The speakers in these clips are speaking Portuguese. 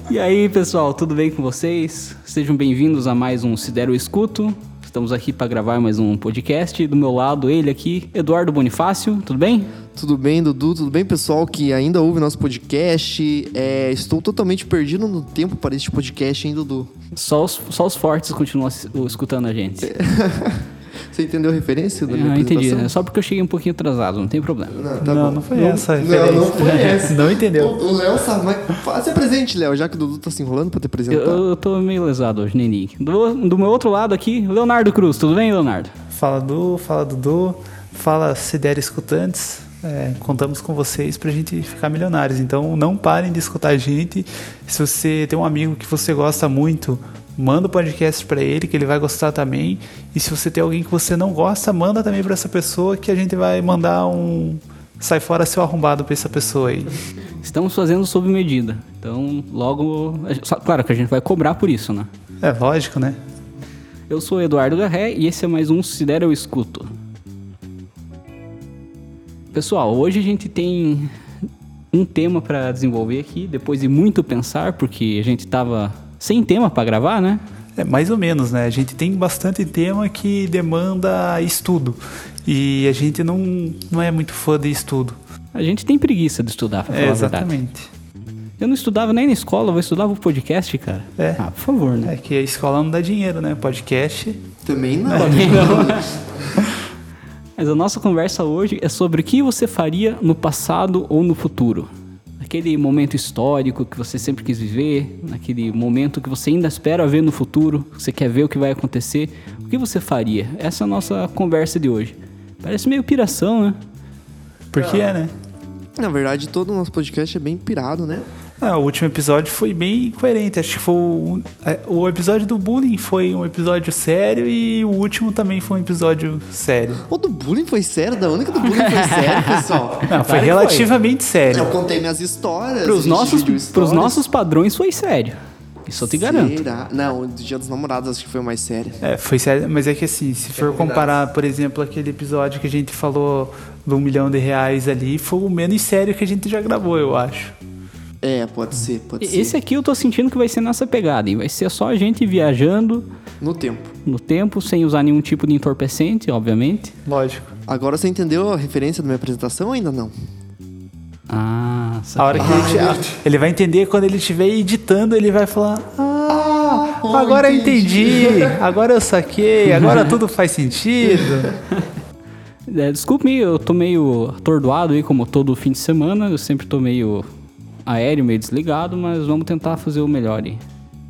E aí, pessoal, tudo bem com vocês? Sejam bem-vindos a mais um Se Der Eu Escuto. Estamos aqui para gravar mais um podcast. Do meu lado, ele aqui, Eduardo Bonifácio. Tudo bem? Tudo bem, Dudu? Tudo bem, pessoal que ainda ouve nosso podcast? Estou totalmente perdido no tempo para este podcast, hein, Dudu? Só os fortes continuam escutando a gente. Você entendeu a referência da minha Entendi. apresentação? É só porque eu cheguei um pouquinho atrasado, não tem problema. Não foi essa a referência. Não foi essa. Não entendeu. O Léo sabe, mas se presente, Léo, já que o Dudu tá se enrolando pra te apresentar. Eu tô meio lesado hoje, Neni. Do meu outro lado aqui, Leonardo Cruz. Tudo bem, Leonardo? Fala Dudu, fala Se Der Escutantes. Contamos com vocês pra gente ficar milionários. Então não parem de escutar a gente. Se você tem um amigo que você gosta muito, manda o podcast pra ele, que ele vai gostar também. E se você tem alguém que você não gosta, manda também pra essa pessoa, que a gente vai mandar um sai fora seu arrombado pra essa pessoa aí. Estamos fazendo sob medida. Então, logo... Claro que a gente vai cobrar por isso, né? É lógico, né? Eu sou Eduardo Garré e esse é mais um Se Der Eu Escuto. Pessoal, hoje a gente tem um tema pra desenvolver aqui, depois de muito pensar, porque a gente tava sem tema pra gravar, né? Mais ou menos, né? A gente tem bastante tema que demanda estudo. E a gente não é muito fã de estudo. A gente tem preguiça de estudar, pra falar a verdade. Exatamente. Eu não estudava nem na escola, eu estudava o podcast, cara. Por favor, né? É que a escola não dá dinheiro, né? Podcast... Também não. Mas a nossa conversa hoje é sobre o que você faria no passado ou no futuro. Aquele momento histórico que você sempre quis viver, naquele momento que você ainda espera ver no futuro, você quer ver o que vai acontecer, o que você faria? Essa é a nossa conversa de hoje. Parece meio piração, né? Porque né? Na verdade, todo o nosso podcast é bem pirado, né? O último episódio foi bem coerente. Acho que foi o episódio do bullying foi um episódio sério e o último também foi um episódio sério. O do bullying foi sério? Da onde que o do bullying foi sério, pessoal? Não, foi relativamente sério. Eu contei minhas histórias. Pros nossos padrões foi sério. Isso eu te garanto. Será? Não, o Dia dos Namorados acho que foi o mais sério. Foi sério, mas é que assim, se for comparar, por exemplo, aquele episódio que a gente falou do R$1 milhão ali, foi o menos sério que a gente já gravou, eu acho. Pode ser. Esse aqui eu tô sentindo que vai ser nessa pegada, hein? Vai ser só a gente viajando no tempo, sem usar nenhum tipo de entorpecente, obviamente. Lógico. Agora você entendeu a referência da minha apresentação ou ainda não? A hora que ele vai entender quando ele estiver editando, ele vai falar: agora eu entendi, agora eu saquei, agora tudo faz sentido. Desculpe-me, eu tô meio atordoado aí, como todo fim de semana. Eu sempre tô meio aéreo, meio desligado, mas vamos tentar fazer o melhor aí.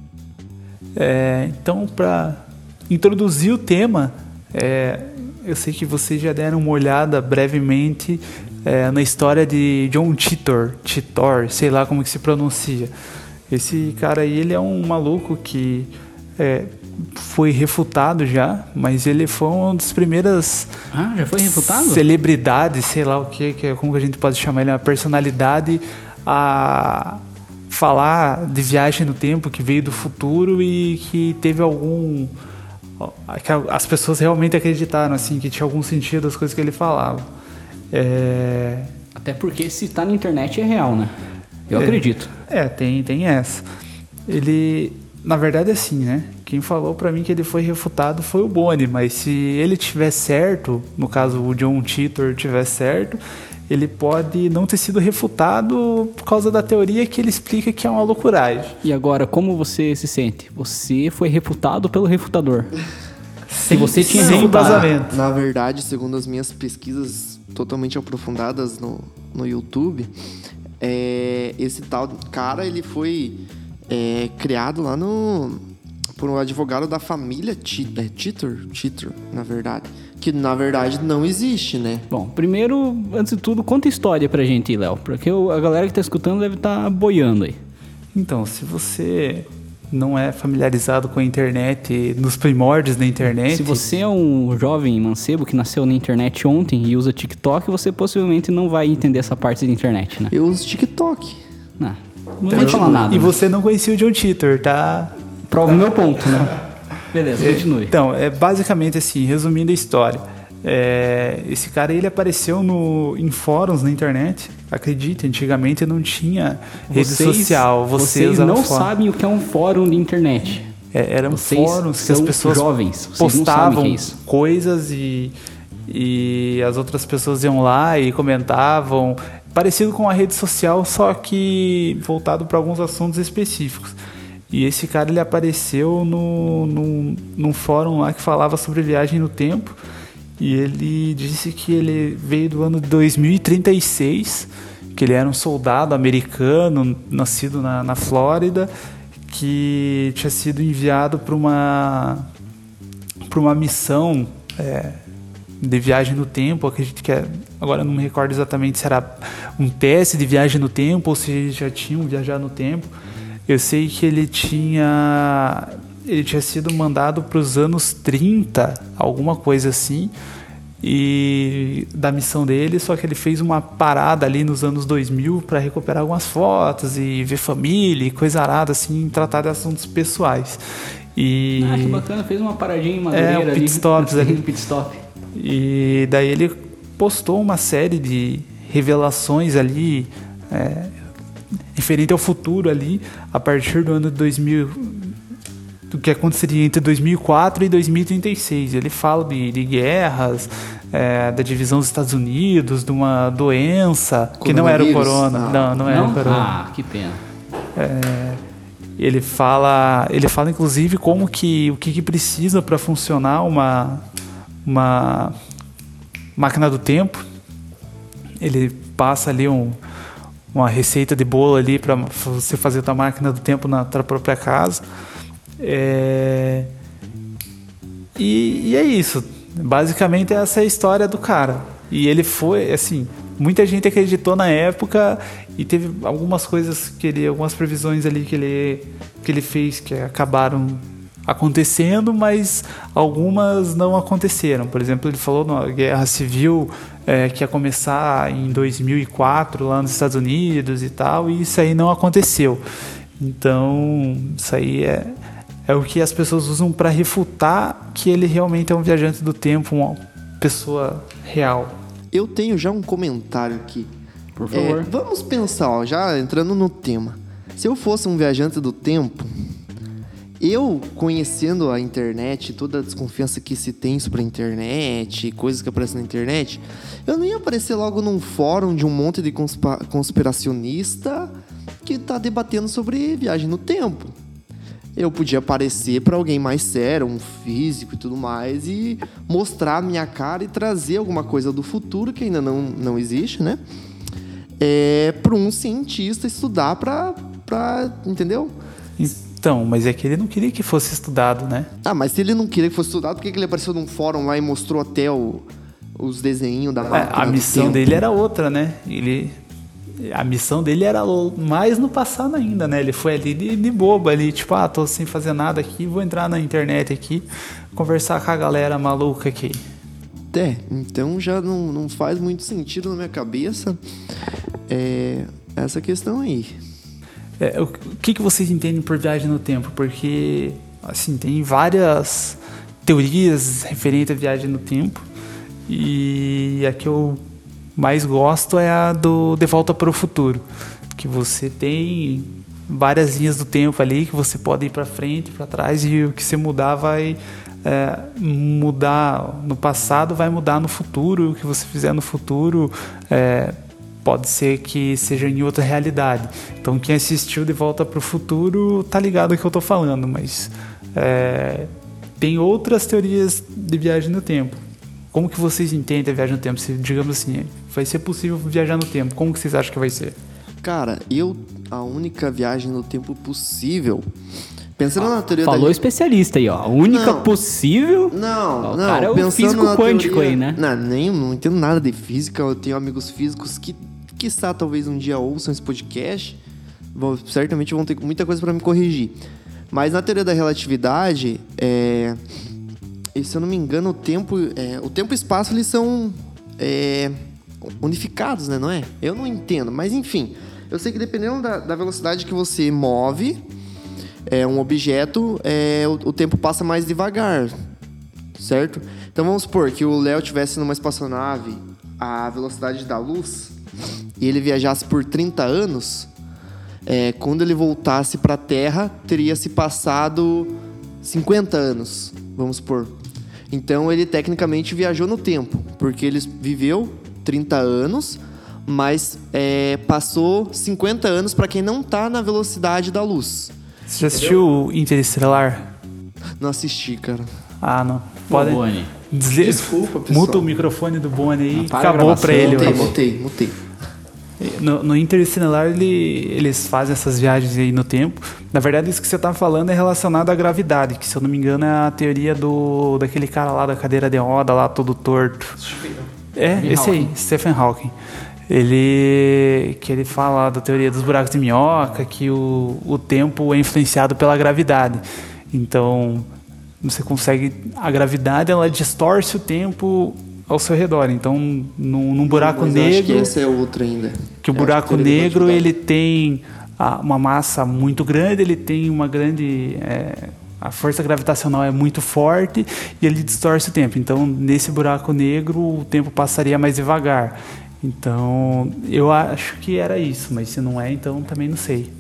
Então, para introduzir o tema, eu sei que vocês já deram uma olhada brevemente na história de John Titor, sei lá como que se pronuncia. Esse cara aí, ele é um maluco que foi refutado já, mas ele foi uma das primeiras já foi refutado? Celebridades, sei lá o que, como que a gente pode chamar ele, uma personalidade a falar de viagem no tempo, que veio do futuro e que teve que as pessoas realmente acreditaram, assim, que tinha algum sentido as coisas que ele falava. Até porque se tá na internet é real, né? Eu acredito. Tem essa. Ele, na verdade, é assim, né? Quem falou pra mim que ele foi refutado foi o Boni, mas se ele tiver certo, no caso o John Titor tiver certo, ele pode não ter sido refutado por causa da teoria que ele explica que é uma loucuragem. E agora, como você se sente? Você foi refutado pelo refutador. Se você tinha sem embasamento. Na verdade, segundo as minhas pesquisas totalmente aprofundadas no YouTube, esse tal cara, ele foi criado lá por um advogado da família Titor, na verdade. Que, na verdade, não existe, né? Bom, primeiro, antes de tudo, conta a história pra gente, Léo. Porque a galera que tá escutando deve estar boiando aí. Então, se você não é familiarizado com a internet, nos primórdios da internet... Se você é um jovem mancebo que nasceu na internet ontem e usa TikTok, você possivelmente não vai entender essa parte da internet, né? Eu uso TikTok. Não vou falar nada. E você não conhecia o John Titor, tá? Prova o meu ponto, né? Beleza, continue. Então, basicamente assim, resumindo a história. Esse cara, ele apareceu em fóruns na internet. Acredite, antigamente não tinha rede social. Vocês não sabem o que é um fórum de internet. Eram fóruns que as pessoas jovens, postavam coisas e as outras pessoas iam lá e comentavam. Parecido com a rede social, só que voltado para alguns assuntos específicos. E esse cara, ele apareceu num fórum lá que falava sobre viagem no tempo. E ele disse que ele veio do ano de 2036, que ele era um soldado americano, nascido na Flórida, que tinha sido enviado para uma missão de viagem no tempo. Acredito que agora não me recordo exatamente se era um teste de viagem no tempo ou se já tinham viajado no tempo. Eu sei que ele tinha sido mandado para os anos 30, alguma coisa assim, e da missão dele, só que ele fez uma parada ali nos anos 2000 para recuperar algumas fotos e ver família e coisa arada, assim, tratar de assuntos pessoais. Que bacana, fez uma paradinha em Madureira ali. Pit stop. E daí ele postou uma série de revelações ali, referente ao futuro ali, a partir do ano de 2000, do que aconteceria entre 2004 e 2036. Ele fala de guerras, da divisão dos Estados Unidos, de uma doença, que não era o corona. Não era o corona. Que pena. Ele fala inclusive o que precisa para funcionar uma máquina do tempo. Ele passa ali uma receita de bolo ali para você fazer a tua máquina do tempo na tua própria casa. E é isso. Basicamente essa é a história do cara. E ele foi, assim, muita gente acreditou na época e teve algumas coisas algumas previsões ali que ele fez que acabaram acontecendo, mas algumas não aconteceram. Por exemplo, ele falou na Guerra Civil que ia começar em 2004 lá nos Estados Unidos e tal, e isso aí não aconteceu. Então, isso aí é o que as pessoas usam para refutar que ele realmente é um viajante do tempo, uma pessoa real. Eu tenho já um comentário aqui. Por favor. Vamos pensar, já entrando no tema. Se eu fosse um viajante do tempo, eu, conhecendo a internet, toda a desconfiança que se tem sobre a internet, coisas que aparecem na internet, eu não ia aparecer logo num fórum de um monte de conspiracionista que tá debatendo sobre viagem no tempo. Eu podia aparecer para alguém mais sério, um físico e tudo mais, e mostrar a minha cara e trazer alguma coisa do futuro que ainda não existe, né? Para um cientista estudar para entendeu? Então, mas é que ele não queria que fosse estudado, né? Mas se ele não queria que fosse estudado, por que ele apareceu num fórum lá e mostrou até os desenhinhos da máquina? A missão dele era outra, né? A missão dele era mais no passado ainda, né? Ele foi ali de bobo, ali, tipo, tô sem fazer nada aqui, vou entrar na internet aqui, conversar com a galera maluca aqui. Então já não faz muito sentido na minha cabeça essa questão aí. O que vocês entendem por viagem no tempo? Porque, assim, tem várias teorias referentes à viagem no tempo, e a que eu mais gosto é a do De Volta para o Futuro, que você tem várias linhas do tempo ali que você pode ir para frente, para trás, e o que você mudar vai mudar no passado, vai mudar no futuro. O que você fizer no futuro pode ser que seja em outra realidade. Então quem assistiu De Volta para o Futuro tá ligado ao que eu tô falando, mas tem outras teorias de viagem no tempo. Como que vocês entendem a viagem no tempo? Se, digamos assim, vai ser possível viajar no tempo, como que vocês acham que vai ser? Cara, a única viagem no tempo possível, pensando na teoria Falou especialista aí, ó. A única possível... Não. O cara é o físico quântico teoria, aí, né? Não entendo nada de física. Eu tenho amigos físicos que, quiçá, talvez um dia ouçam esse podcast. Certamente vão ter muita coisa para me corrigir. Mas na teoria da relatividade, e se eu não me engano, o tempo e espaço, eles são unificados, né? Não é? Eu não entendo, mas enfim. Eu sei que dependendo da velocidade que você move um objeto, o tempo passa mais devagar, certo? Então vamos supor que o Léo estivesse numa espaçonave à velocidade da luz e ele viajasse por 30 anos, quando ele voltasse para a Terra, teria se passado 50 anos, vamos supor. Então ele tecnicamente viajou no tempo, porque ele viveu 30 anos, mas passou 50 anos para quem não tá na velocidade da luz. Você já assistiu Interestelar? Não assisti, cara. Ah, não. Pode Boni. Desculpa, pessoal. Muta o microfone do Boni aí. Para a Acabou gravação. pra ele. Mutei. No Interestelar, eles fazem essas viagens aí no tempo. Na verdade, isso que você tá falando é relacionado à gravidade, que, se eu não me engano, é a teoria daquele cara lá da cadeira de roda, lá todo torto. Esse aí, Stephen Hawking. Ele fala da teoria dos buracos de minhoca, que o tempo é influenciado pela gravidade. Então, você consegue... A gravidade, ela distorce o tempo ao seu redor. Então, num buraco Mas negro... eu acho que essa é outra ainda. Que o buraco negro, ele tem uma massa muito grande, ele tem uma grande... a força gravitacional é muito forte e ele distorce o tempo. Então, nesse buraco negro, o tempo passaria mais devagar. Então, eu acho que era isso, mas se não é, então também não sei.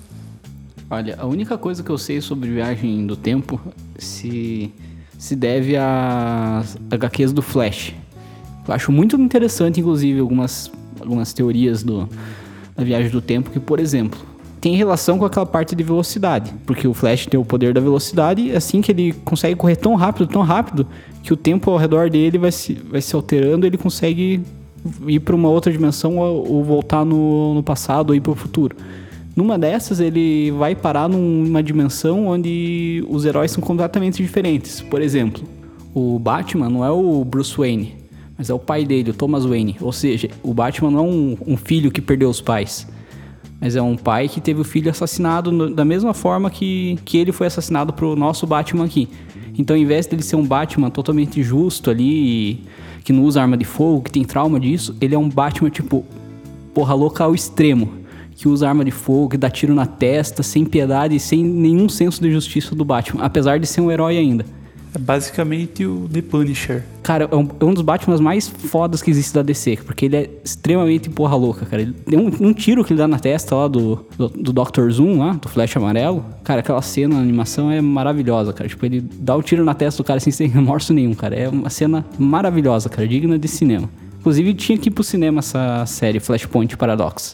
Olha, a única coisa que eu sei sobre viagem do tempo se deve às HQs do Flash. Eu acho muito interessante, inclusive, algumas teorias da viagem do tempo, que, por exemplo, tem relação com aquela parte de velocidade, porque o Flash tem o poder da velocidade e assim que ele consegue correr tão rápido, que o tempo ao redor dele vai se alterando, ele consegue ir para uma outra dimensão ou voltar no passado ou ir para o futuro. Numa dessas, ele vai parar numa dimensão onde os heróis são completamente diferentes. Por exemplo, o Batman não é o Bruce Wayne, mas é o pai dele, o Thomas Wayne. Ou seja, o Batman não é um filho que perdeu os pais, mas é um pai que teve o filho assassinado da mesma forma que ele foi assassinado pro nosso Batman aqui. Então, ao invés dele ser um Batman totalmente justo ali, que não usa arma de fogo, que tem trauma disso, ele é um Batman tipo, porra louca ao extremo, que usa arma de fogo, que dá tiro na testa, sem piedade e sem nenhum senso de justiça do Batman, apesar de ser um herói ainda. É basicamente o The Punisher. Cara, é um dos Batmans mais fodas que existe da DC, porque ele é extremamente porra louca, cara. Ele tem um tiro que ele dá na testa lá do Dr. Zoom, lá, do Flash amarelo. Cara, aquela cena, a animação é maravilhosa, cara. Tipo, ele dá o tiro na testa do cara sem remorso nenhum, cara. É uma cena maravilhosa, cara, digna de cinema. Inclusive, tinha que ir pro cinema essa série, Flashpoint Paradox.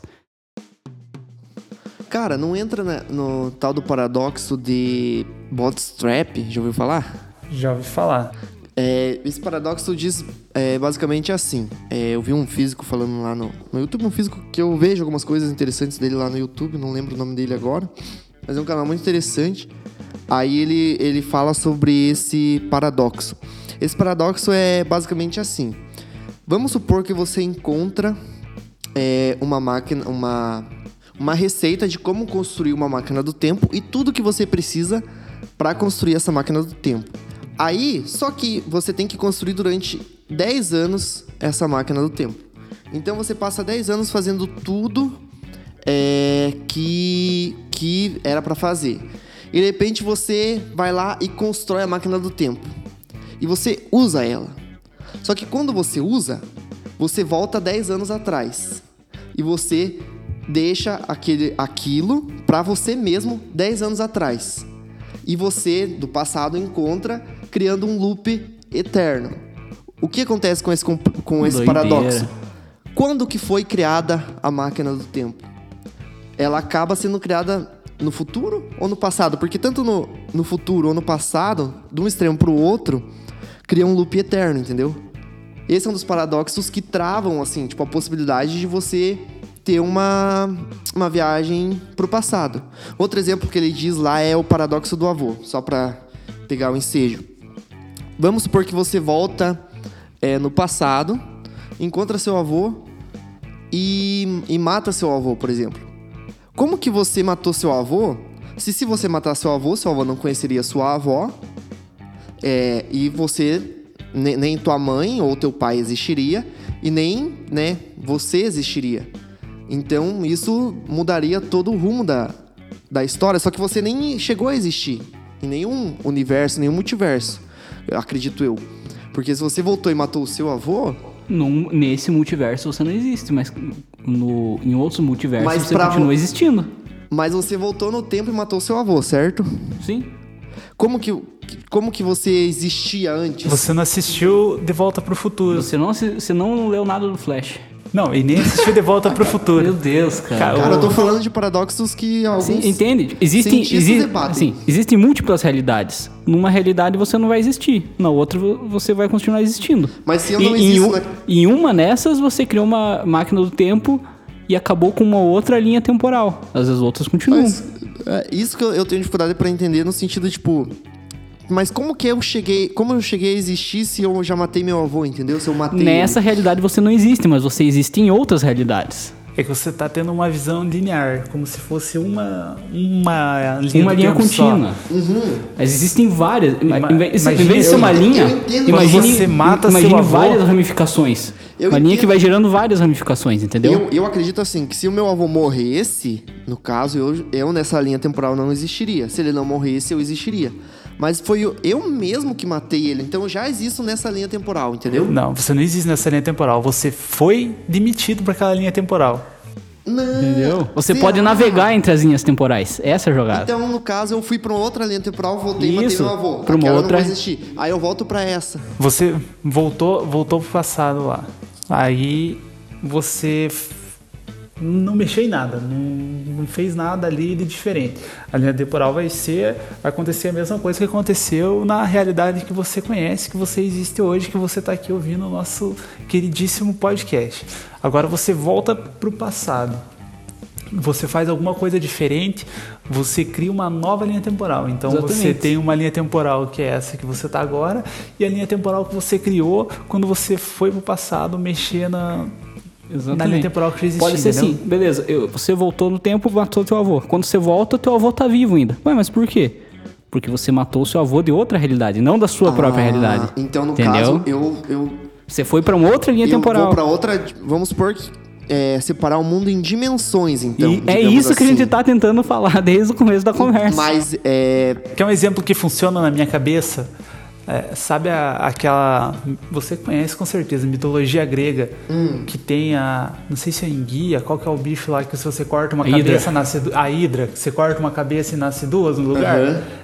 Cara, não entra no tal do paradoxo de bootstrap, já ouviu falar? Já ouvi falar. Esse paradoxo diz basicamente assim. Eu vi um físico falando lá no YouTube, um físico que eu vejo algumas coisas interessantes dele lá no YouTube, não lembro o nome dele agora, mas é um canal muito interessante. Aí ele fala sobre esse paradoxo. Esse paradoxo é basicamente assim. Vamos supor que você encontra uma máquina, uma receita de como construir uma máquina do tempo e tudo que você precisa para construir essa máquina do tempo. Aí, só que você tem que construir durante 10 anos essa máquina do tempo. Então você passa 10 anos fazendo tudo que era para fazer. E de repente você vai lá e constrói a máquina do tempo. E você usa ela. Só que quando você usa, você volta 10 anos atrás. E você deixa aquilo para você mesmo 10 anos atrás. E você, do passado, encontra criando um loop eterno. O que acontece com esse paradoxo? Quando que foi criada a máquina do tempo? Ela acaba sendo criada no futuro ou no passado? Porque tanto no futuro ou no passado, de um extremo para o outro, cria um loop eterno, entendeu? Esse é um dos paradoxos que travam, assim, tipo, a possibilidade de você ter uma viagem pro passado. Outro exemplo que ele diz lá é o paradoxo do avô, só para pegar o ensejo. Vamos supor que você volta no passado, encontra seu avô e mata seu avô, por exemplo. Como que você matou seu avô? Se você matar seu avô não conheceria sua avó, e você, nem tua mãe ou teu pai existiria, e nem, né, você existiria. Então, isso mudaria todo o rumo da história, só que você nem chegou a existir em nenhum universo, nenhum multiverso, acredito eu. Porque se você voltou e matou o seu avô... Nesse multiverso você não existe, mas em outros multiversos Mas você continua existindo. Mas você voltou no tempo e matou o seu avô, certo? Sim. Como que você existia antes? Você não assistiu De Volta pro Futuro. Você não leu nada do Flash. Não, e nem assistiu De Volta pro Futuro. Meu Deus, cara. Cara, eu tô falando de paradoxos que alguns Sim, entende? cientistas debatem. Assim, existem múltiplas realidades. Numa realidade você não vai existir. Na outra você vai continuar existindo. Mas se eu não existo... Em uma nessas você criou uma máquina do tempo e acabou com uma outra linha temporal. Às vezes outras continuam. Mas, isso que eu tenho dificuldade pra entender no sentido, tipo... Mas como eu cheguei a existir se eu já matei meu avô, entendeu? Se eu matei Nessa realidade você não existe, mas você existe em outras realidades. É que você tá tendo uma visão linear, como se fosse uma linha contínua. Mas existem várias. Em vez de ser uma linha, imagine várias ramificações. Uma linha que vai gerando várias ramificações, entendeu? Eu acredito assim, que se o meu avô morresse, no caso, eu nessa linha temporal não existiria. Se ele não morresse, eu existiria. Mas foi eu mesmo que matei ele, então eu já existo nessa linha temporal, entendeu? Não, você não existe nessa linha temporal. Você foi demitido para aquela linha temporal. Não, entendeu? Você pode navegar entre as linhas temporais. Essa é a jogada. Então, no caso, eu fui para uma outra linha temporal, voltei e matei meu avô. Pra uma outra... não vai existir. Aí eu volto para essa. Você voltou pro passado lá. Aí você não mexeu em nada, não fez nada ali de diferente. A linha temporal vai acontecer a mesma coisa que aconteceu na realidade que você conhece, que você existe hoje, que você está aqui ouvindo o nosso queridíssimo podcast. Agora você volta para o passado. Você faz alguma coisa diferente, você cria uma nova linha temporal. Então você tem uma linha temporal que é essa que você está agora, e a linha temporal que você criou quando você foi para o passado mexer na linha temporal que já existia. Pode ser assim, beleza, você voltou no tempo, matou teu avô. Quando você volta, teu avô tá vivo ainda. Ué, mas por quê? Porque você matou o seu avô de outra realidade, não da sua própria realidade. Então, no caso, você foi pra uma outra linha temporal. Eu vou pra outra, vamos supor que separar o mundo em dimensões, então. E é isso assim. Que a gente tá tentando falar desde o começo da conversa. Mas Quer um exemplo que funciona na minha cabeça? Sabe aquela... Você conhece com certeza, mitologia grega, que tem não sei se é enguia, qual que é o bicho lá que se você corta uma cabeça, nasce... A hidra, que você corta uma cabeça e nasce duas no lugar.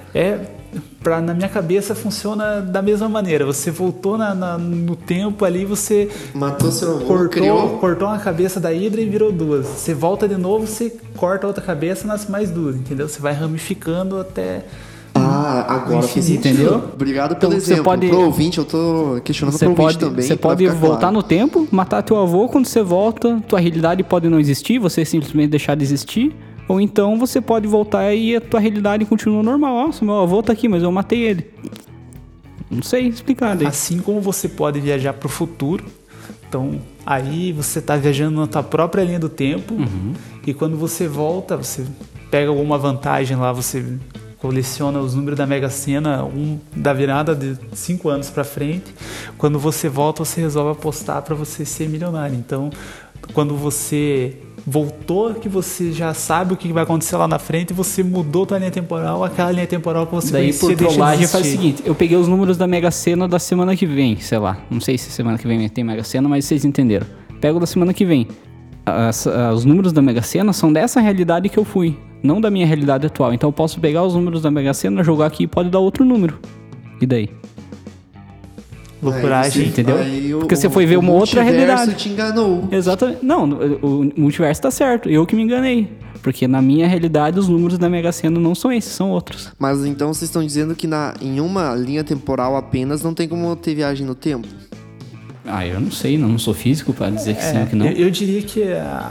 Na minha cabeça funciona da mesma maneira. Você voltou no tempo ali, você... Matou seu avô, cortou uma cabeça da hidra e virou duas. Você volta de novo, você corta outra cabeça e nasce mais duas, entendeu? Você vai ramificando até... agora fez sentido, entendeu? Obrigado pelo exemplo. Pro ouvinte, eu tô questionando pro ouvinte também. Você pode voltar no tempo, matar teu avô, quando você volta, tua realidade pode não existir, você simplesmente deixar de existir, ou então você pode voltar e a tua realidade continua normal. Nossa, meu avô tá aqui, mas eu matei ele. Não sei explicar daí. Assim como você pode viajar pro futuro, então aí você tá viajando na tua própria linha do tempo, e quando você volta, você pega alguma vantagem lá, você... coleciona os números da Mega Sena, da virada de 5 anos para frente. Quando você volta, você resolve apostar para você ser milionário. Então, quando você voltou, que você já sabe o que vai acontecer lá na frente, você mudou a linha temporal, aquela linha temporal que você conhecia. Daí, por trollagem, faz o seguinte: eu peguei os números da Mega Sena da semana que vem, sei lá. Não sei se semana que vem tem Mega Sena, mas vocês entenderam. Pego da semana que vem. Os números da Mega Sena são dessa realidade que eu fui, não da minha realidade atual. Então eu posso pegar os números da Mega Sena, jogar aqui e pode dar outro número. E daí? Loucuragem, entendeu? Porque você foi ver uma outra realidade. O multiverso te enganou. Exatamente. Não, o multiverso tá certo. Eu que me enganei. Porque na minha realidade os números da Mega Sena não são esses, são outros. Mas então vocês estão dizendo que em uma linha temporal apenas não tem como ter viagem no tempo? Eu não sei, não sou físico para dizer que sim ou que não. Eu diria que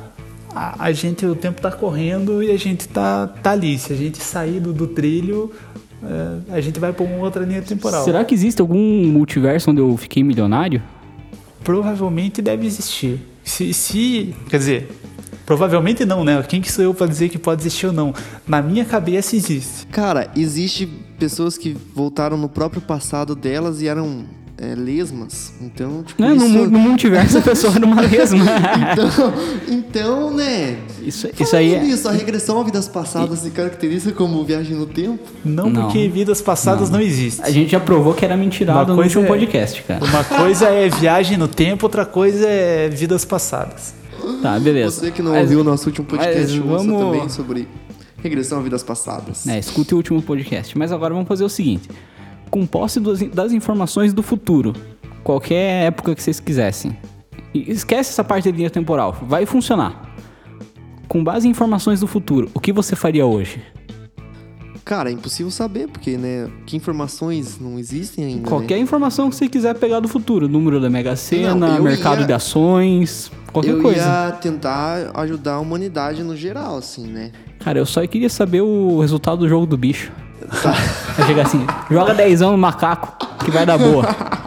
a gente, o tempo tá correndo e a gente tá ali. Se a gente sair do trilho, a gente vai para uma outra linha temporal. Será que existe algum multiverso onde eu fiquei milionário? Provavelmente deve existir. Quer dizer, provavelmente não, né? Quem que sou eu para dizer que pode existir ou não? Na minha cabeça existe. Cara, existe pessoas que voltaram no próprio passado delas e eram lesmas. Então, tipo, Não, isso... no multiverso a pessoa era uma lesma. então, né? Isso aí é... Isso, a regressão a vidas passadas se caracteriza como viagem no tempo? Não, porque vidas passadas não existem. A gente já provou que era mentirado no último podcast, cara. Uma coisa é viagem no tempo, outra coisa é vidas passadas. Tá, beleza. Você que não ouviu o nosso último podcast, ouça vamos... também sobre regressão a vidas passadas. Escute o último podcast. Mas agora vamos fazer o seguinte. Com posse das informações do futuro, qualquer época que vocês quisessem, esquece essa parte de linha temporal, vai funcionar. Com base em informações do futuro, o que você faria hoje? Cara, é impossível saber, porque, né, que informações não existem ainda, Qualquer né? informação que você quiser pegar do futuro, número da Mega Sena, Não, mercado de ações, qualquer coisa. Eu ia tentar ajudar a humanidade no geral, assim, né? Cara, eu só queria saber o resultado do jogo do bicho. Vai chegar assim, joga 10 no macaco, que vai dar boa.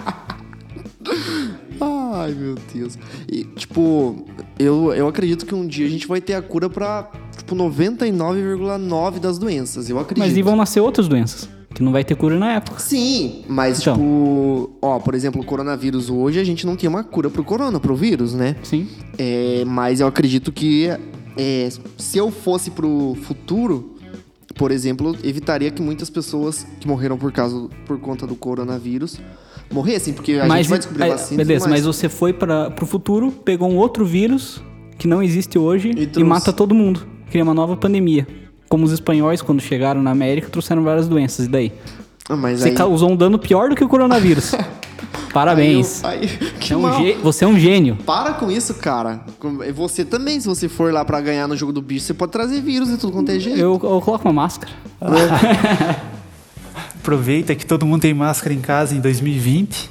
Ai, meu Deus. E, tipo, eu acredito que um dia a gente vai ter a cura pra, tipo, 99,9% das doenças. Eu acredito. Mas e vão nascer outras doenças, que não vai ter cura na época. Sim, mas, Então. tipo... Ó, por exemplo, o coronavírus hoje, a gente não tem uma cura pro vírus, né? Sim. Mas eu acredito que se eu fosse pro futuro, por exemplo, evitaria que muitas pessoas que morreram por conta do coronavírus morressem, porque a gente vai descobrir vacina. Beleza, mas você foi pro futuro, pegou um outro vírus que não existe hoje E e trouxe. mata todo mundo. Cria uma nova pandemia. Como os espanhóis, quando chegaram na América, trouxeram várias doenças. E daí? Mas Você aí... causou um dano pior do que o coronavírus. Parabéns. Que mal. Você é um gênio. Para com isso, cara. Você também, se você for lá pra ganhar no jogo do bicho, você pode trazer vírus e tudo quanto é jeito. Eu coloco uma máscara. Aproveita que todo mundo tem máscara em casa em 2020.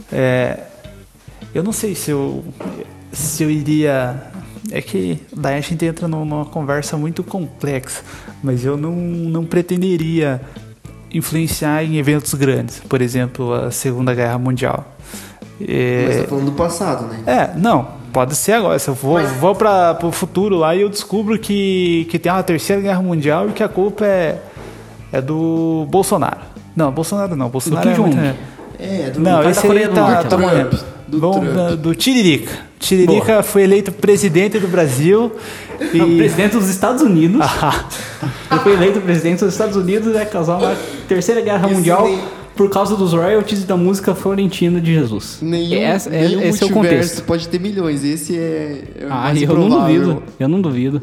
Eu não sei se eu iria... É que daí a gente entra numa conversa muito complexa, mas eu não pretenderia influenciar em eventos grandes, por exemplo, a Segunda Guerra Mundial. Mas tá falando do passado, né? Não, pode ser agora. Se eu vou para o futuro lá e eu descubro que tem uma Terceira Guerra Mundial e que a culpa é do Bolsonaro. Não, Bolsonaro não. Bolsonaro Kim Jong-un. Não, esse aí tá morrendo. Do Tiririca. Tiririca foi eleito presidente do Brasil. O presidente dos Estados Unidos. Ele foi eleito presidente dos Estados Unidos e vai causar uma Terceira Guerra Mundial por causa dos royalties da música florentina de Jesus. Esse é o contexto. Pode ter milhões. Esse é mais eu provável. não duvido. Eu não duvido.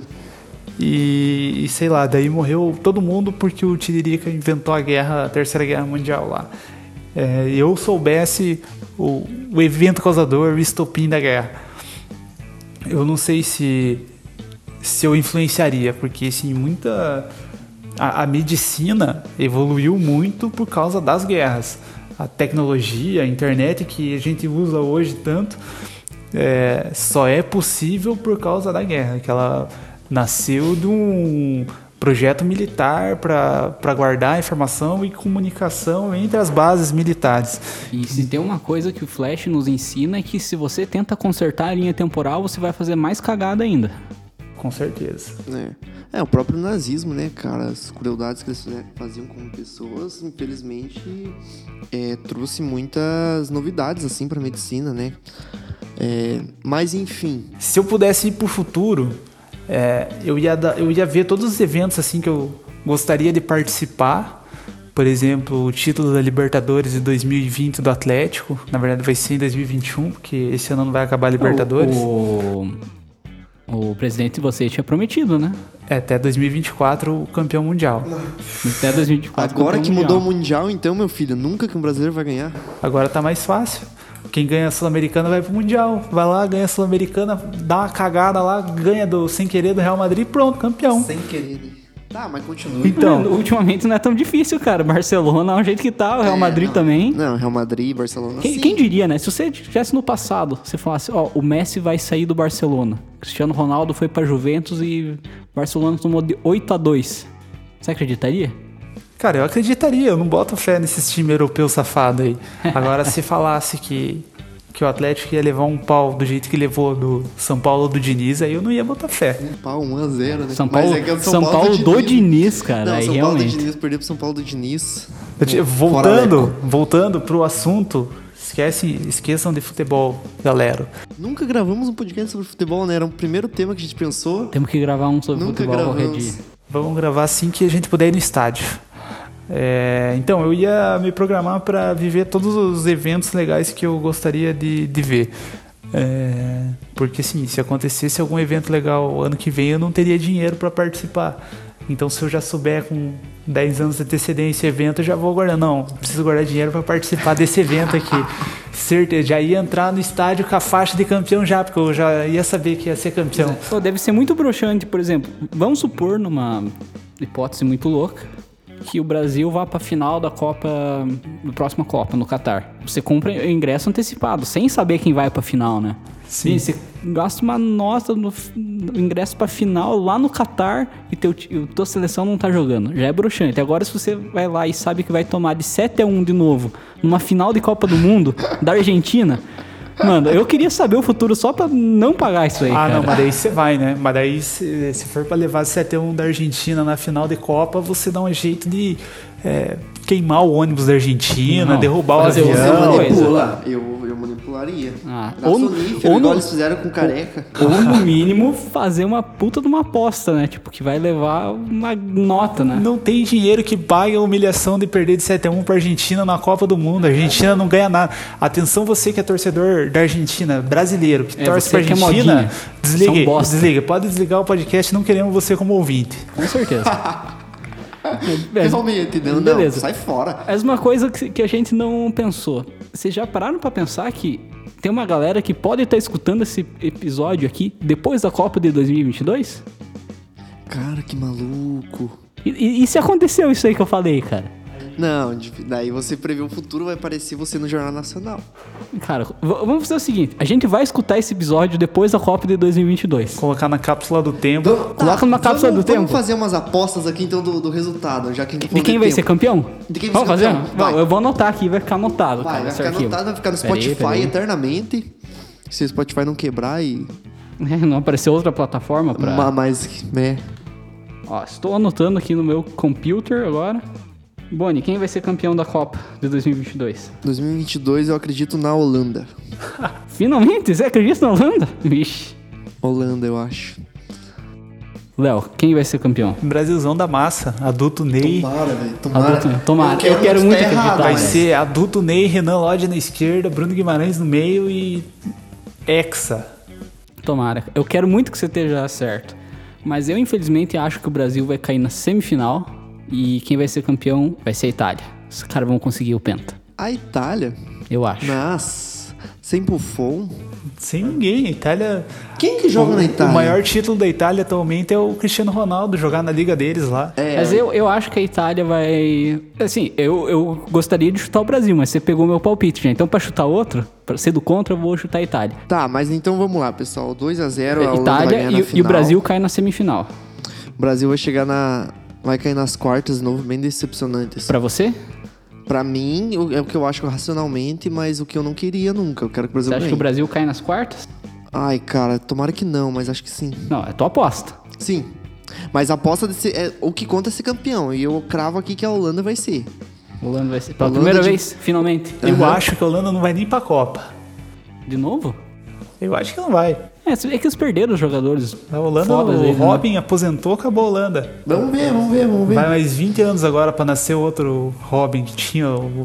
E sei lá, daí morreu todo mundo porque o Tiririca inventou a Terceira Guerra Mundial lá. Eu soubesse o evento causador, o estopim da guerra. Eu não sei se eu influenciaria, porque assim, a medicina evoluiu muito por causa das guerras. A tecnologia, a internet que a gente usa hoje tanto, só é possível por causa da guerra, que ela nasceu de um projeto militar para guardar informação e comunicação entre as bases militares. E se tem uma coisa que o Flash nos ensina é que se você tenta consertar a linha temporal, você vai fazer mais cagada ainda. Com certeza. O próprio nazismo, né, cara? As crueldades que eles faziam com pessoas, infelizmente, trouxe muitas novidades, assim, pra medicina, né? Mas, enfim... Se eu pudesse ir pro futuro... eu ia ver todos os eventos assim que eu gostaria de participar. Por exemplo, o título da Libertadores de 2020 do Atlético. Na verdade vai ser em 2021, porque esse ano não vai acabar a Libertadores. O presidente você tinha prometido, né? Até 2024 o campeão mundial. Até 2024 Agora que mundial. mudou o Mundial, então, meu filho, nunca que um brasileiro vai ganhar. Agora tá mais fácil. Quem ganha a Sul-Americana vai pro Mundial. Vai lá, ganha a Sul-Americana, dá uma cagada lá, ganha sem querer do Real Madrid, pronto, campeão. Sem querer, né? Tá, mas continua. Então, ultimamente não é tão difícil, cara. Barcelona é um jeito que tá, o Real Madrid também. Não, Real Madrid, Barcelona. Quem diria, né? Se você estivesse no passado, você falasse, o Messi vai sair do Barcelona. Cristiano Ronaldo foi pra Juventus e Barcelona tomou de 8-2. Você acreditaria? cara, eu acreditaria, eu não boto fé nesses times europeus safados aí. Agora, se falasse que o Atlético ia levar um pau do jeito que levou do São Paulo do Diniz, aí eu não ia botar fé. Um pau, 1-0, né? São Paulo, Mas é que é o São Paulo do Diniz, cara. Não, aí São Paulo realmente. do Diniz, perdeu pro São Paulo do Diniz. Voltando pro assunto, Esqueçam de futebol, galera. Nunca gravamos um podcast sobre futebol, né? Era o primeiro tema que a gente pensou. Temos que gravar um sobre Nunca futebol qualquer gravamos. dia. Vamos gravar assim que a gente puder ir no estádio. Então, eu ia me programar para viver todos os eventos legais que eu gostaria de ver. Porque assim, se acontecesse algum evento legal ano que vem, eu não teria dinheiro para participar. Então, se eu já souber com 10 anos de antecedência evento, eu já vou guardar. Não, preciso guardar dinheiro para participar desse evento aqui. Certeza, já ia entrar no estádio com a faixa de campeão já, porque eu já ia saber que ia ser campeão. Pô, deve ser muito broxante, por exemplo. Vamos supor, numa hipótese muito louca, que o Brasil vá pra final da Copa, da próxima Copa, no Catar. Você compra o ingresso antecipado, sem saber quem vai pra final, né? Sim. E você gasta uma nota no ingresso pra final lá no Catar e tua seleção não tá jogando. Já é broxante. Agora, se você vai lá e sabe que vai tomar de 7-1 de novo, numa final de Copa do Mundo, da Argentina... Mano, eu queria saber o futuro só pra não pagar isso aí, cara. Não, mas daí você vai, né? Mas daí, se for pra levar 7-1 da Argentina na final de Copa, você dá um jeito de queimar o ônibus da Argentina, Não, derrubar o fazer avião. outra Você coisa. manipula. Eu manipularia. Ou Igual no- eles fizeram com Careca. Ou, no mínimo, fazer uma puta de uma aposta, né? Tipo, que vai levar uma nota, né? Não tem dinheiro que pague a humilhação de perder de 7-1 pra Argentina na Copa do Mundo. A Argentina não ganha nada. Atenção, você que é torcedor da Argentina, brasileiro, que torce você pra que é Argentina, modinha. São desligue, bosta. desliga. Pode desligar o podcast, não queremos você como ouvinte. Com certeza. Realmente, não, Beleza. sai fora. Mas uma coisa que a gente não pensou. Vocês já pararam pra pensar que tem uma galera que pode estar escutando esse episódio aqui depois da Copa de 2022? Cara, que maluco. E se aconteceu isso aí que eu falei, cara? Não, daí você prevê o futuro, vai aparecer você no Jornal Nacional. Cara, vamos fazer o seguinte. A gente vai escutar esse episódio depois da Copa de 2022. Colocar na cápsula do tempo. Coloca numa cápsula do tempo. Vamos fazer umas apostas aqui, então, do resultado, já que a gente De falou quem de vai tempo. ser campeão? De quem vai Vamos ser fazer? campeão? Vai. Eu vou anotar aqui, vai ficar anotado. Vai cara, ficar esse arquivo. anotado, vai ficar no Peraí, Spotify peraí. eternamente. Se o Spotify não quebrar e... Não apareceu outra plataforma pra... Mas, né... Ó, estou anotando aqui no meu computer agora. Boni, quem vai ser campeão da Copa de 2022? 2022 eu acredito na Holanda. Finalmente? Você acredita na Holanda? Vixe. Holanda, eu acho. Léo, quem vai ser campeão? Brasilzão da massa. Adulto Ney. Tomara, velho. Tomara. Tomara. Eu quero muito acreditar. Vai mas- ser adulto Ney, Renan Lodge na esquerda, Bruno Guimarães no meio e Hexa. Tomara. Eu quero muito que você esteja certo. Mas eu, infelizmente, acho que o Brasil vai cair na semifinal. E quem vai ser campeão vai ser a Itália. Os caras vão conseguir o Penta. A Itália? Eu acho. Mas, sem Buffon... Sem ninguém. A Itália. Quem que joga na Itália? O maior título da Itália atualmente é o Cristiano Ronaldo, jogar na liga deles lá. Mas eu acho que a Itália vai... Assim, eu gostaria de chutar o Brasil, mas você pegou meu palpite já. Então, pra chutar outro, pra ser do contra, eu vou chutar a Itália. Tá, mas então vamos lá, pessoal. 2-0, a Holanda vai Itália ganhar na e final. o Brasil cai na semifinal. O Brasil vai chegar vai cair nas quartas de novo, bem decepcionante. assim. Pra você? Pra mim, é o que eu acho racionalmente, mas o que eu não queria nunca. Eu quero que o Brasil Você acha ganhe. que o Brasil cai nas quartas? Ai, cara, tomara que não, mas acho que sim. Não, é tua aposta. Sim. Mas a aposta o que conta é ser campeão. E eu cravo aqui que a Holanda vai ser. O Holanda vai ser... Pela Holanda primeira de- vez, finalmente. Eu acho que a Holanda não vai nem pra Copa. De novo? Eu acho que não vai. É que eles perderam os jogadores. A Holanda, fodas o aí, né? Robin aposentou, acabou a Holanda. Vamos ver. Vai mais 20 anos agora pra nascer outro Robin, que tinha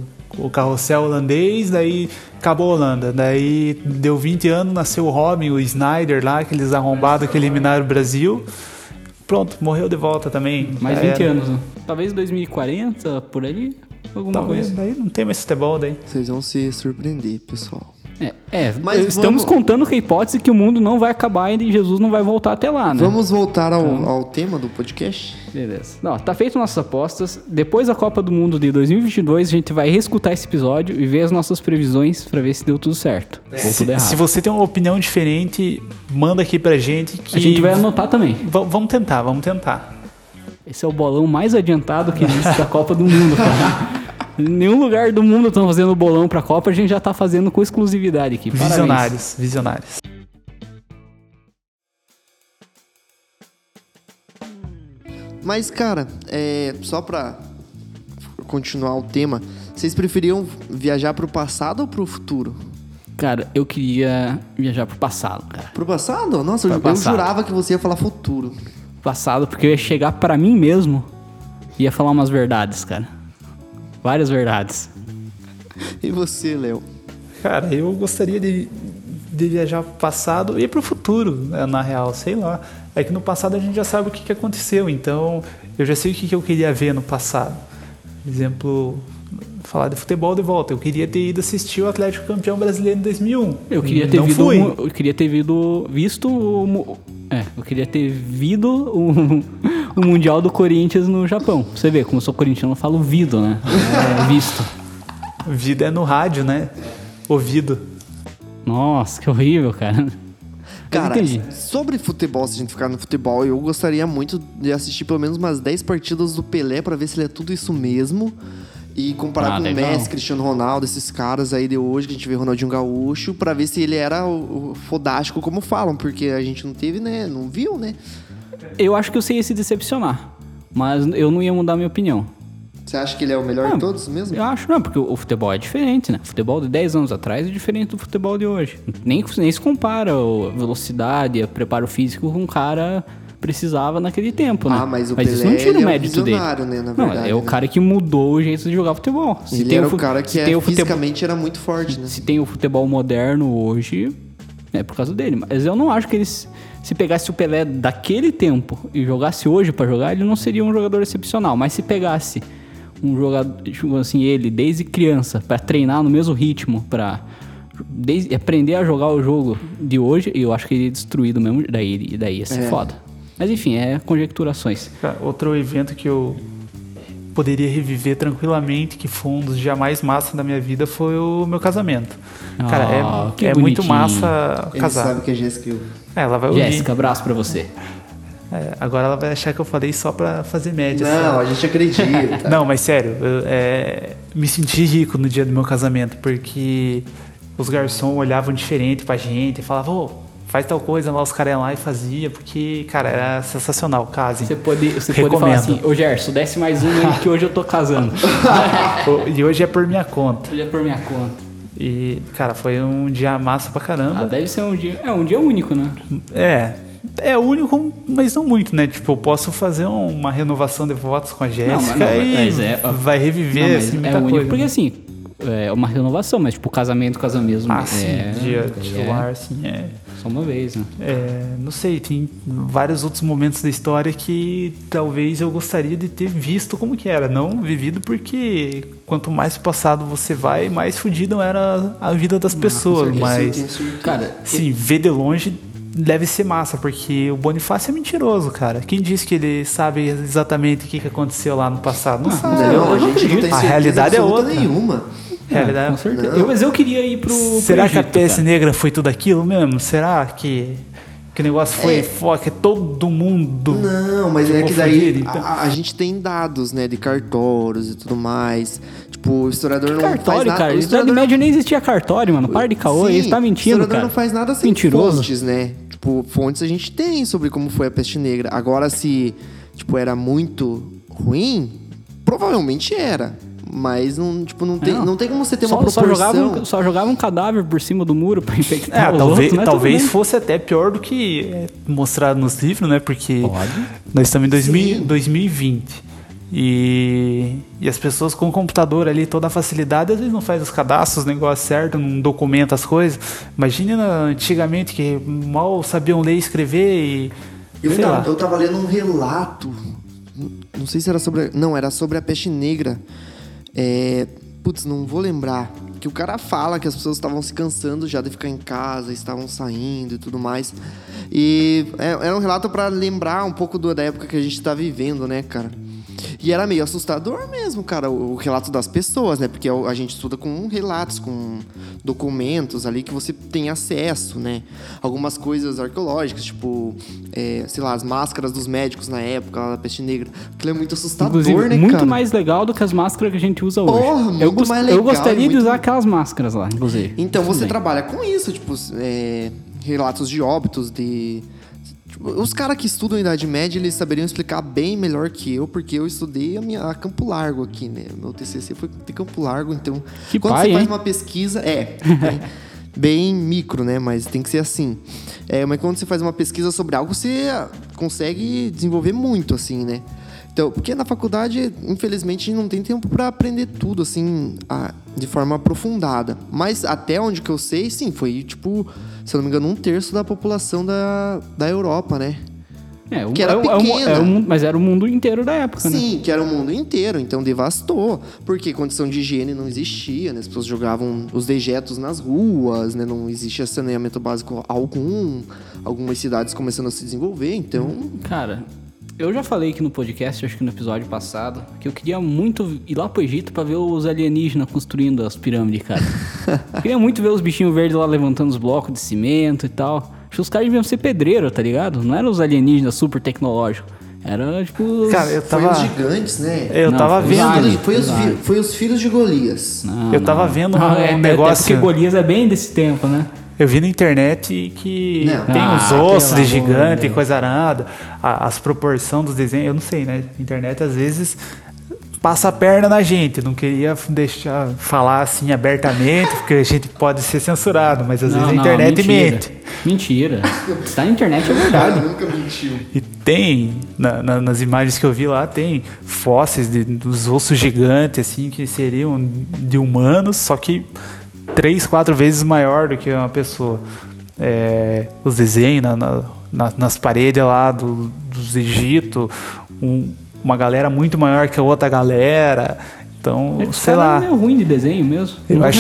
o carrossel holandês, daí acabou a Holanda. Daí deu 20 anos, nasceu o Robin, o Snyder lá, aqueles arrombados que eliminaram o Brasil. Pronto, morreu de volta também. Mais Já 20 era. anos, né? Talvez 2040, por ali. Alguma Talvez, coisa. daí não tem mais futebol daí. Vocês vão se surpreender, pessoal. Mas estamos contando com a hipótese que o mundo não vai acabar e Jesus não vai voltar até lá, né? Vamos voltar ao tema do podcast? Beleza. Não, tá feito nossas apostas. Depois da Copa do Mundo de 2022, a gente vai reescutar esse episódio e ver as nossas previsões pra ver se deu tudo certo. Ou tudo errado. Se você tem uma opinião diferente, manda aqui pra gente que... A gente vai anotar também. Vamos tentar. Esse é o bolão mais adiantado que existe da Copa do Mundo, cara. Em nenhum lugar do mundo estão fazendo bolão pra Copa, a gente já tá fazendo com exclusividade aqui. Parabéns. Visionários. Mas, cara, só pra continuar o tema, Vocês preferiam viajar pro passado ou pro futuro? Cara, eu queria viajar pro passado, cara. Pro passado? Nossa, eu passado. jurava que você ia falar futuro. Passado, porque eu ia chegar pra mim mesmo e ia falar umas verdades, cara. Várias verdades. E você, Léo? Cara, eu gostaria de viajar pro passado e pro futuro, né, na real, sei lá. É que no passado a gente já sabe o que aconteceu, então eu já sei o que eu queria ver no passado. Por exemplo, falar de futebol de volta. Eu queria ter ido assistir o Atlético campeão brasileiro em 2001. Eu queria ter Não visto fui. eu queria ter visto eu queria ter visto o Mundial do Corinthians no Japão. Pra você vê, como eu sou corintiano, eu falo vido, né? É visto. Vida é no rádio, né? Ouvido. Nossa, que horrível, cara. Cara, entendi. sobre futebol, se a gente ficar no futebol, eu gostaria muito de assistir pelo menos umas 10 partidas do Pelé pra ver se ele é tudo isso mesmo. E comparar com o legal. Messi, Cristiano Ronaldo, esses caras aí de hoje, que a gente vê Ronaldinho Gaúcho, pra ver se ele era o fodástico como falam, porque a gente não teve, né? Não viu, né? Eu acho que eu sei se decepcionar, mas eu não ia mudar minha opinião. Você acha que ele é o melhor de todos mesmo? Eu acho, não, porque o futebol é diferente, né? O futebol de 10 anos atrás é diferente do futebol de hoje. Nem se compara a velocidade, o preparo físico que um cara precisava naquele tempo, né? Ah, mas o Pelé, isso não tira ele o é um mérito dele. visionário, né, na Não, verdade, é o né? cara que mudou o jeito de jogar futebol. Ele era o cara que fisicamente era muito forte, né? Se tem o futebol moderno hoje, é por causa dele. Mas eu não acho que eles... Se pegasse o Pelé daquele tempo e jogasse hoje pra jogar, ele não seria um jogador excepcional. Mas se pegasse um jogador, assim, ele desde criança, pra treinar no mesmo ritmo, pra aprender a jogar o jogo de hoje, eu acho que ele ia destruir do mesmo... Daí ia ser foda. Mas enfim, é conjecturações. Cara, outro evento que eu poderia reviver tranquilamente, que foi um dos dias mais massa da minha vida, foi o meu casamento. Cara, que é muito bonitinho. massa Ele casar. sabe que é Jéssica. Ela vai ouvir. Jéssica, abraço pra você. Agora ela vai achar que eu falei só pra fazer média. Não, a gente acredita. Não, mas sério, eu me senti rico no dia do meu casamento, porque os garçons olhavam diferente pra gente e falavam, ô, faz tal coisa lá, os caras iam lá e fazia, porque, cara, era sensacional, casem. Você pode falar assim, ô Gerson, desce mais um aí que hoje eu tô casando. E hoje é por minha conta. Hoje é por minha conta. E, cara, foi um dia massa pra caramba. Deve ser um dia único, né? É único, mas não muito, né? Tipo, eu posso fazer uma renovação de votos com a Jéssica vai reviver assim, muita único, coisa. porque assim, é uma renovação, mas tipo, casamento mesmo. Sim, dia titular, assim, só uma vez, né? Não sei, tem vários outros momentos da história que talvez eu gostaria de ter visto como que era, não vivido, porque quanto mais pro passado você vai, mais fudido era a vida das pessoas, mas cara, sim, ver de longe deve ser massa, porque o Bonifácio é mentiroso, cara. Quem disse que ele sabe exatamente o que aconteceu lá no passado? Não sabe. A gente não tem A certeza realidade é absoluta outra. nenhuma. com certeza. Mas eu queria ir pro Será que a Egito, peste cara. negra foi tudo aquilo mesmo? Será que o negócio foi que todo mundo... Não, mas ficou é que daí fudido, então? a gente tem dados, né, de cartórios e tudo mais. Tipo, o historiador não faz Cartório, nada. cara. O Na Idade Média nem existia cartório, mano. Para de caô, Sim, você tá mentindo, o historiador cara. não faz nada sem Mentiroso. fontes, né? Tipo, fontes a gente tem sobre como foi a peste negra. Agora, se, tipo, era muito ruim, provavelmente era. Mas não tem como você ter uma proporção. um Só jogava um cadáver por cima do muro pra infectar os talvez, outros, né? talvez Tudo bem. fosse até pior do que mostrado nos livros, né? Porque Pode. nós estamos em Sim. 2020 e as pessoas com o computador ali, toda a facilidade, às vezes não faz os cadastros, o negócio certo, não documenta as coisas. Imagina antigamente que mal sabiam ler e escrever e... sei lá. Eu tava lendo um relato, não sei se era sobre... Não, era sobre a peste negra. Não vou lembrar. Que o cara fala que as pessoas estavam se cansando já de ficar em casa, estavam saindo e tudo mais. E era um relato pra lembrar um pouco da época que a gente tá vivendo, né, cara? E era meio assustador mesmo, cara, o relato das pessoas, né? Porque a gente estuda com relatos, com documentos ali que você tem acesso, né? Algumas coisas arqueológicas, tipo, sei lá, as máscaras dos médicos na época, lá da peste negra. Aquilo é muito assustador, Inclusive, né, muito cara? mais legal do que as máscaras que a gente usa hoje. Porra, muito mais legal, eu gostaria de muito- usar aquelas máscaras lá, inclusive. Então Tudo você bem. trabalha com isso, tipo, relatos de óbitos, Os caras que estudam a Idade Média, eles saberiam explicar bem melhor que eu, porque eu estudei a Campo Largo aqui, né? Meu TCC foi de Campo Largo, então... Que quando pai, você faz hein? uma pesquisa... bem micro, né? Mas tem que ser assim. Mas quando você faz uma pesquisa sobre algo, você consegue desenvolver muito, assim, né? Então, porque na faculdade, infelizmente, não tem tempo para aprender tudo, assim, de forma aprofundada. Mas até onde que eu sei, sim, foi, tipo, se eu não me engano, 1/3 da população da Europa, né? Que era pequena. Mas era o mundo inteiro da época, né? Sim, que era o mundo inteiro, então devastou. Porque condição de higiene não existia, né? As pessoas jogavam os dejetos nas ruas, né? Não existia saneamento básico algum. Algumas cidades começando a se desenvolver, então... Cara, eu já falei aqui no podcast, acho que no episódio passado, que eu queria muito ir lá pro Egito pra ver os alienígenas construindo as pirâmides, cara. Eu queria muito ver os bichinhos verdes lá levantando os blocos de cimento e tal. Acho que os caras deviam ser pedreiro, tá ligado? Não eram os alienígenas super tecnológicos. Era tipo... Cara, eu tava... Foi os gigantes, né? Eu tava vendo... Foi os filhos de Golias. Eu tava vendo um negócio... Porque Golias é bem desse tempo, né? Eu vi na internet que tem os ossos de gigante e coisa arada, as proporções dos desenhos, eu não sei, né? A internet às vezes passa a perna na gente, não queria deixar falar assim abertamente, porque a gente pode ser censurado, mas às vezes a internet mente. Mentira. Se tá na internet é verdade. Nunca mentiu. E tem, nas imagens que eu vi lá, tem fósseis dos ossos gigantes, assim, que seriam de humanos, só que 3, 4 vezes maior do que uma pessoa. Os desenhos nas paredes lá dos Egito, uma galera muito maior que a outra galera. Então, sei lá. É meio ruim de desenho mesmo. Eu acho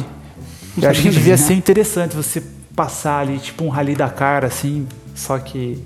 que devia ser interessante você passar ali, tipo um Rally Dakar, assim, só que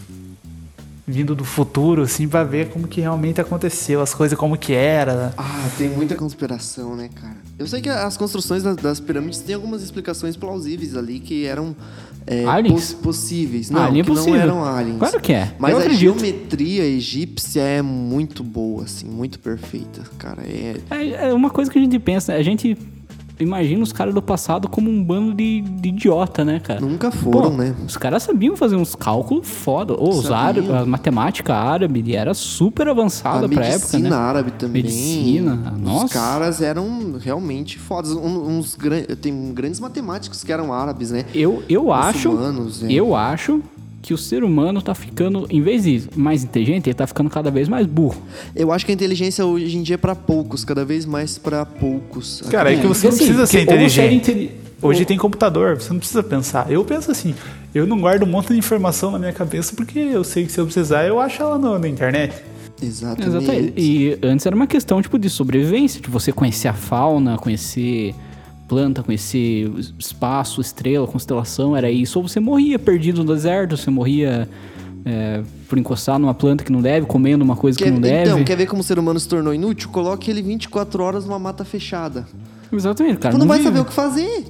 vindo do futuro, assim, pra ver como que realmente aconteceu, as coisas como que era. Tem muita conspiração, né, cara? Eu sei que as construções das pirâmides têm algumas explicações plausíveis ali que eram aliens? Possíveis. Não, Alien que possível. não eram aliens. Claro que é. Mas eu a acredito. geometria egípcia é muito boa, assim, muito perfeita, cara. É uma coisa que a gente pensa, a gente imagina os caras do passado como um bando de idiota, né, cara? Nunca foram, né? Os caras sabiam fazer uns cálculos foda. Os árabes, a matemática árabe era super avançada pra época, né? Medicina árabe também. Medicina, nossa. Os caras eram realmente fodas. Tem grandes matemáticos que eram árabes, né? Eu acho que o ser humano tá ficando, em vez de mais inteligente, ele tá ficando cada vez mais burro. Eu acho que a inteligência hoje em dia é pra poucos, cada vez mais pra poucos. Cara, é que você não precisa ser inteligente. Hoje tem computador, você não precisa pensar. Eu penso assim, eu não guardo um monte de informação na minha cabeça porque eu sei que se eu precisar, eu acho ela na internet. Exatamente. E antes era uma questão tipo de sobrevivência, de você conhecer a fauna, conhecer planta, conhecer espaço, estrela, constelação, era isso. Ou você morria perdido no deserto, você morria por encostar numa planta que não deve, comendo uma coisa que não deve. Então, quer ver como o ser humano se tornou inútil? Coloque ele 24 horas numa mata fechada. Exatamente, cara. Não vai saber o que fazer.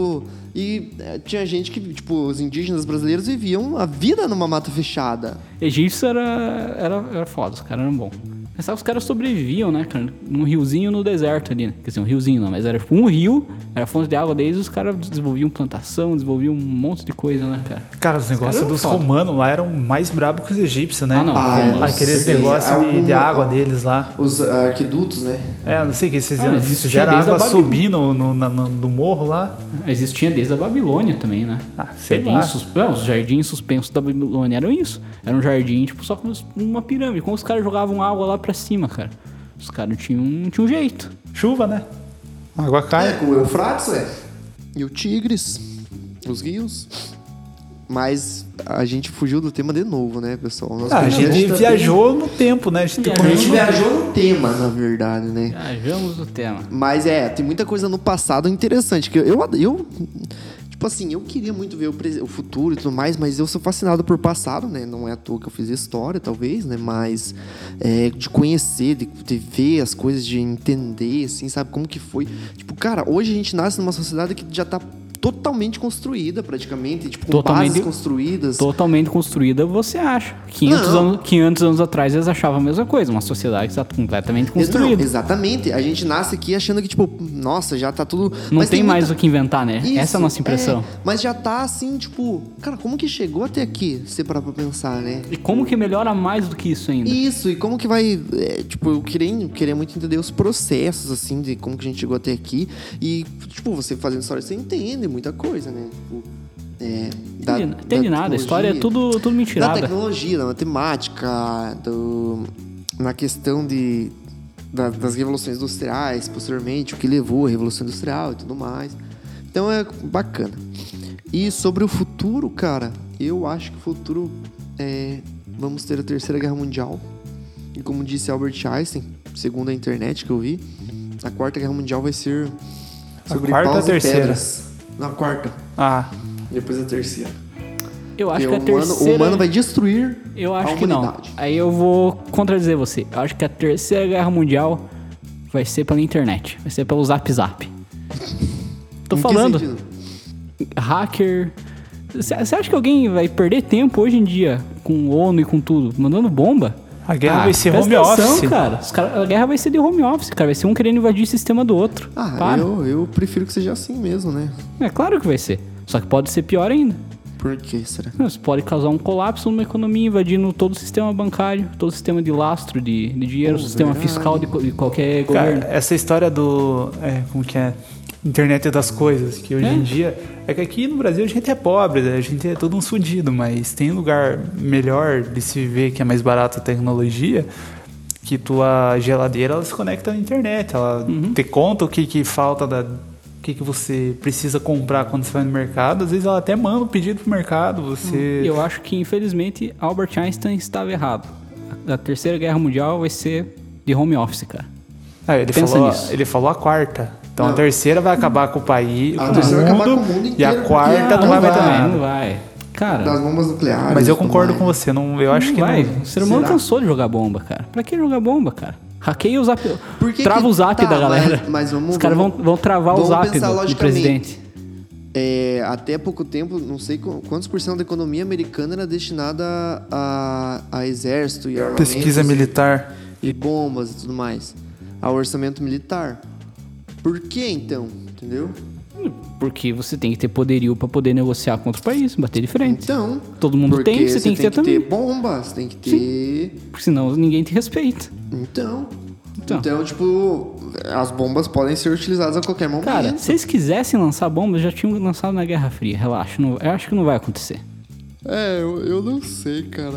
Tinha gente que, os indígenas brasileiros viviam a vida numa mata fechada. Egípcio era foda, os caras eram bons. Pensava que os caras sobreviviam, né, cara? Num riozinho no deserto ali, né? Quer dizer, um riozinho não, mas era tipo um rio, era fonte de água deles, os caras desenvolviam plantação, desenvolviam um monte de coisa, né, cara? Cara, os negócios dos romanos lá eram mais brabos que os egípcios, né? Aqueles sei, negócios de água deles lá. Os arquidutos, né? Não sei o que eles fizeram. Fizeram água subir no morro lá. Existia desde a Babilônia também, né? Sei lá. Os jardins suspensos da Babilônia eram isso. Era um jardim, só com uma pirâmide. Como os caras jogavam água lá pra cima, cara. Os caras tinham um jeito. Chuva, né? A água cai. Com o Eufrates, E o Tigres. Os rios. Mas a gente fugiu do tema de novo, né, pessoal? A gente viajou no tempo, né? A gente viajou no tema, na verdade, né? Viajamos no tema. Mas tem muita coisa no passado interessante. Que eu queria muito ver o futuro e tudo mais, mas eu sou fascinado por passado, né? Não é à toa que eu fiz história, talvez, né? Mas de conhecer, de ver as coisas, de entender, assim, sabe? Como que foi. Cara, hoje a gente nasce numa sociedade que já tá totalmente construída, praticamente, tipo, com bases construídas. Totalmente construída, você acha. 500 anos atrás eles achavam a mesma coisa, uma sociedade que está completamente construída. Não, exatamente. A gente nasce aqui achando que, tipo, nossa, já tá tudo... Não mas tem mais o que inventar, né? Isso, essa é a nossa impressão. Mas já tá assim, tipo, cara, como que chegou até aqui, se você parar pra pensar, né? E como que melhora mais do que isso ainda? Isso, e como que vai... tipo, eu queria muito entender os processos, assim, de como que a gente chegou até aqui. E, tipo, você fazendo história, você entende muita coisa, né? Tipo, entende nada, a história é tudo mentirada. Da tecnologia, da matemática, na questão das revoluções industriais, posteriormente, o que levou à Revolução Industrial e tudo mais. Então é bacana. E sobre o futuro, cara, eu acho que o futuro vamos ter a Terceira Guerra Mundial. E como disse Albert Einstein, segundo a internet que eu vi, a Quarta Guerra Mundial vai ser sobre paus e pedras. Na quarta. Depois a terceira. Eu acho que a terceira... O humano vai destruir eu acho que não. Aí eu vou contradizer você. Eu acho que a Terceira Guerra Mundial vai ser pela internet. Vai ser pelo Zap Zap. Tô falando. Hacker... Você acha que alguém vai perder tempo hoje em dia com o ONU e com tudo, mandando bomba? A guerra vai ser home office. Cara. A guerra vai ser de home office, cara. Vai ser um querendo invadir o sistema do outro. Eu prefiro que seja assim mesmo, né? É claro que vai ser. Só que pode ser pior ainda. Por que será? Isso pode causar um colapso numa economia, invadindo todo o sistema bancário, todo o sistema de lastro de dinheiro, o sistema fiscal de qualquer governo. Cara, essa história do... como que é? Internet das coisas, que hoje em dia... É que aqui no Brasil a gente é pobre, né? A gente é todo um fudido, mas tem lugar melhor de se viver, que é mais barato a tecnologia, que tua geladeira, ela se conecta na internet, ela te conta o que falta, o que você precisa comprar quando você vai no mercado. Às vezes ela até manda um pedido pro mercado, você... Eu acho que, infelizmente, Albert Einstein estava errado. A Terceira Guerra Mundial vai ser de home office, cara. Ele falou a quarta. Então a terceira vai acabar com o país, a terceira vai acabar com o mundo inteiro, e a quarta não vai também. Não vai. Cara, das bombas nucleares. Mas eu concordo com você, eu acho que vai. não. O ser humano cansou de jogar bomba, cara. Pra que jogar bomba, cara? Hackeia o zap. Trava o zap da galera. Mas os caras vão travar o zap do presidente. Até pouco tempo, não sei quantos por cento da economia americana era destinada a exército e armamentos. Pesquisa militar. E bombas e tudo mais. Ao orçamento militar. Por que então? Entendeu? Porque você tem que ter poderio pra poder negociar com outro país, bater de frente. Então, todo mundo tem, você tem que ter também. Tem que ter bombas, tem que ter... Sim. Porque senão ninguém te respeita. Então, tipo, as bombas podem ser utilizadas a qualquer momento. Cara, se eles quisessem lançar bombas, já tinham lançado na Guerra Fria. Relaxa, eu acho que não vai acontecer. Eu não sei, cara.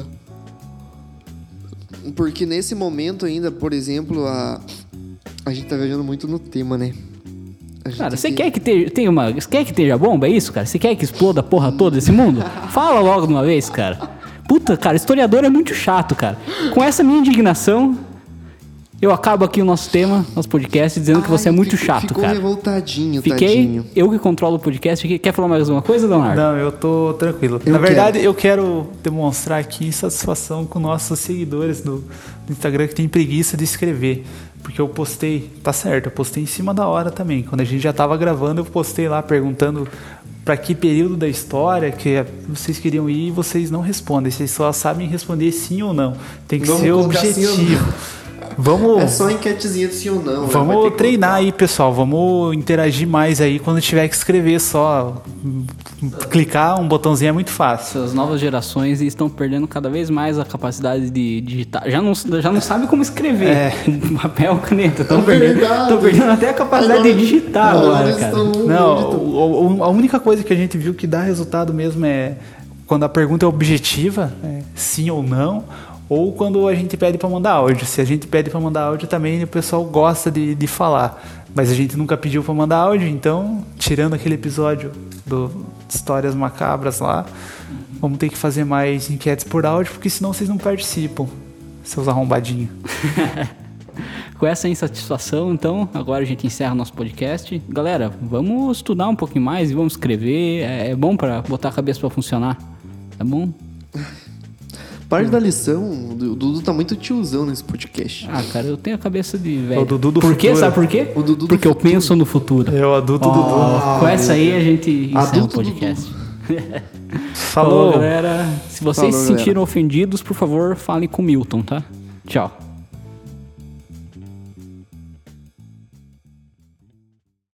Porque nesse momento ainda, por exemplo, a gente tá viajando muito no tema, né? Cara, você quer que esteja bomba? É isso, cara? Você quer que exploda a porra toda desse mundo? Fala logo de uma vez, cara. Puta, cara, historiador é muito chato, cara. Com essa minha indignação, eu acabo aqui o nosso tema, nosso podcast, dizendo que você é muito chato, cara. Ficou revoltadinho, tadinho. Eu que controlo o podcast. Quer falar mais alguma coisa, Leonardo? Não, eu tô tranquilo. Na verdade, eu quero demonstrar aqui satisfação com nossos seguidores do Instagram que tem preguiça de escrever. Porque eu postei, tá certo, eu postei em cima da hora também. Quando a gente já tava gravando, eu postei lá perguntando pra que período da história que vocês queriam ir e vocês não respondem. Vocês só sabem responder sim ou não. Tem que ser objetivo. É só enquetezinha de sim ou não. Vamos treinar aí, pessoal. Vamos interagir mais aí quando tiver que escrever só. Clicar um botãozinho é muito fácil. As novas gerações estão perdendo cada vez mais a capacidade de digitar. Já não sabe como escrever. Papel, caneta. Estão perdendo até a capacidade de digitar agora, cara. Não, a única coisa que a gente viu que dá resultado mesmo é quando a pergunta é objetiva, sim ou não. Ou quando a gente pede para mandar áudio. Se a gente pede para mandar áudio também, o pessoal gosta de falar. Mas a gente nunca pediu para mandar áudio, então, tirando aquele episódio do Histórias Macabras lá, vamos ter que fazer mais enquetes por áudio, porque senão vocês não participam, seus arrombadinhos. Com essa insatisfação, então, agora a gente encerra nosso podcast. Galera, vamos estudar um pouquinho mais e vamos escrever. É bom para botar a cabeça para funcionar. Tá bom? Parte da lição, o Dudu tá muito tiozão nesse podcast. Ah, cara, eu tenho a cabeça de velho. É o Dudu do Por quê? futuro. Sabe por quê? O Dudu do Porque eu futuro. penso no futuro. É o adulto Dudu. Com essa aí a gente encerra o Adulto podcast. Falou. Galera. Se vocês Falou, se sentiram galera. ofendidos, por favor, falem com o Milton, tá? Tchau.